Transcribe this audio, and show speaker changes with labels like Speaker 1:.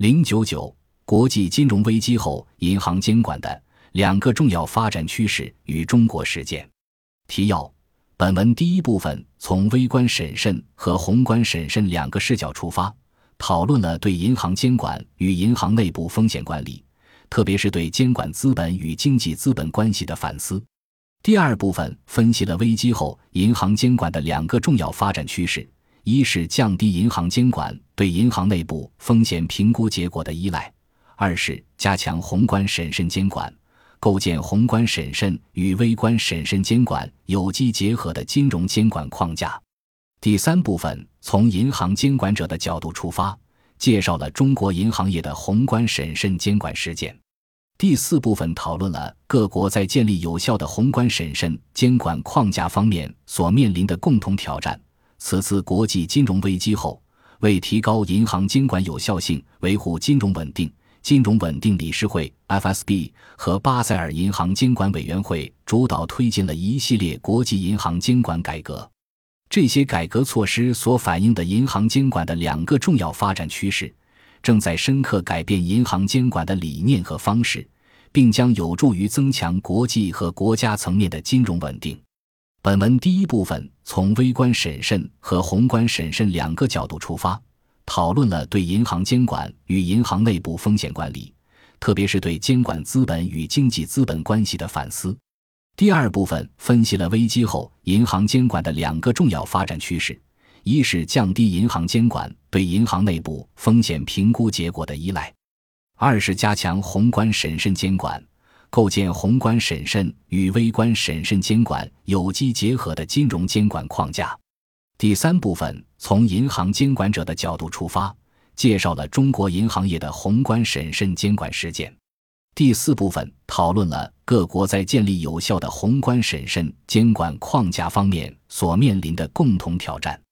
Speaker 1: 099国际金融危机后银行监管的两个重要发展趋势与中国实践。提要：本文第一部分从微观审慎和宏观审慎两个视角出发，讨论了对银行监管与银行内部风险管理，特别是对监管资本与经济资本关系的反思。第二部分分析了危机后银行监管的两个重要发展趋势，一是降低银行监管对银行内部风险评估结果的依赖，二是加强宏观审慎监管，构建宏观审慎与微观审慎监管有机结合的金融监管框架。第三部分从银行监管者的角度出发，介绍了中国银行业的宏观审慎监管实践。第四部分讨论了各国在建立有效的宏观审慎监管框架方面所面临的共同挑战。此次国际金融危机后，为提高银行监管有效性，维护金融稳定，金融稳定理事会 FSB 和巴塞尔银行监管委员会主导推进了一系列国际银行监管改革。这些改革措施所反映的银行监管的两个重要发展趋势，正在深刻改变银行监管的理念和方式，并将有助于增强国际和国家层面的金融稳定。本文第一部分从微观审慎和宏观审慎两个角度出发，讨论了对银行监管与银行内部风险管理，特别是对监管资本与经济资本关系的反思。第二部分分析了危机后银行监管的两个重要发展趋势，一是降低银行监管对银行内部风险评估结果的依赖，二是加强宏观审慎监管，构建宏观审慎与微观审慎监管有机结合的金融监管框架。第三部分从银行监管者的角度出发，介绍了中国银行业的宏观审慎监管实践。第四部分讨论了各国在建立有效的宏观审慎监管框架方面所面临的共同挑战。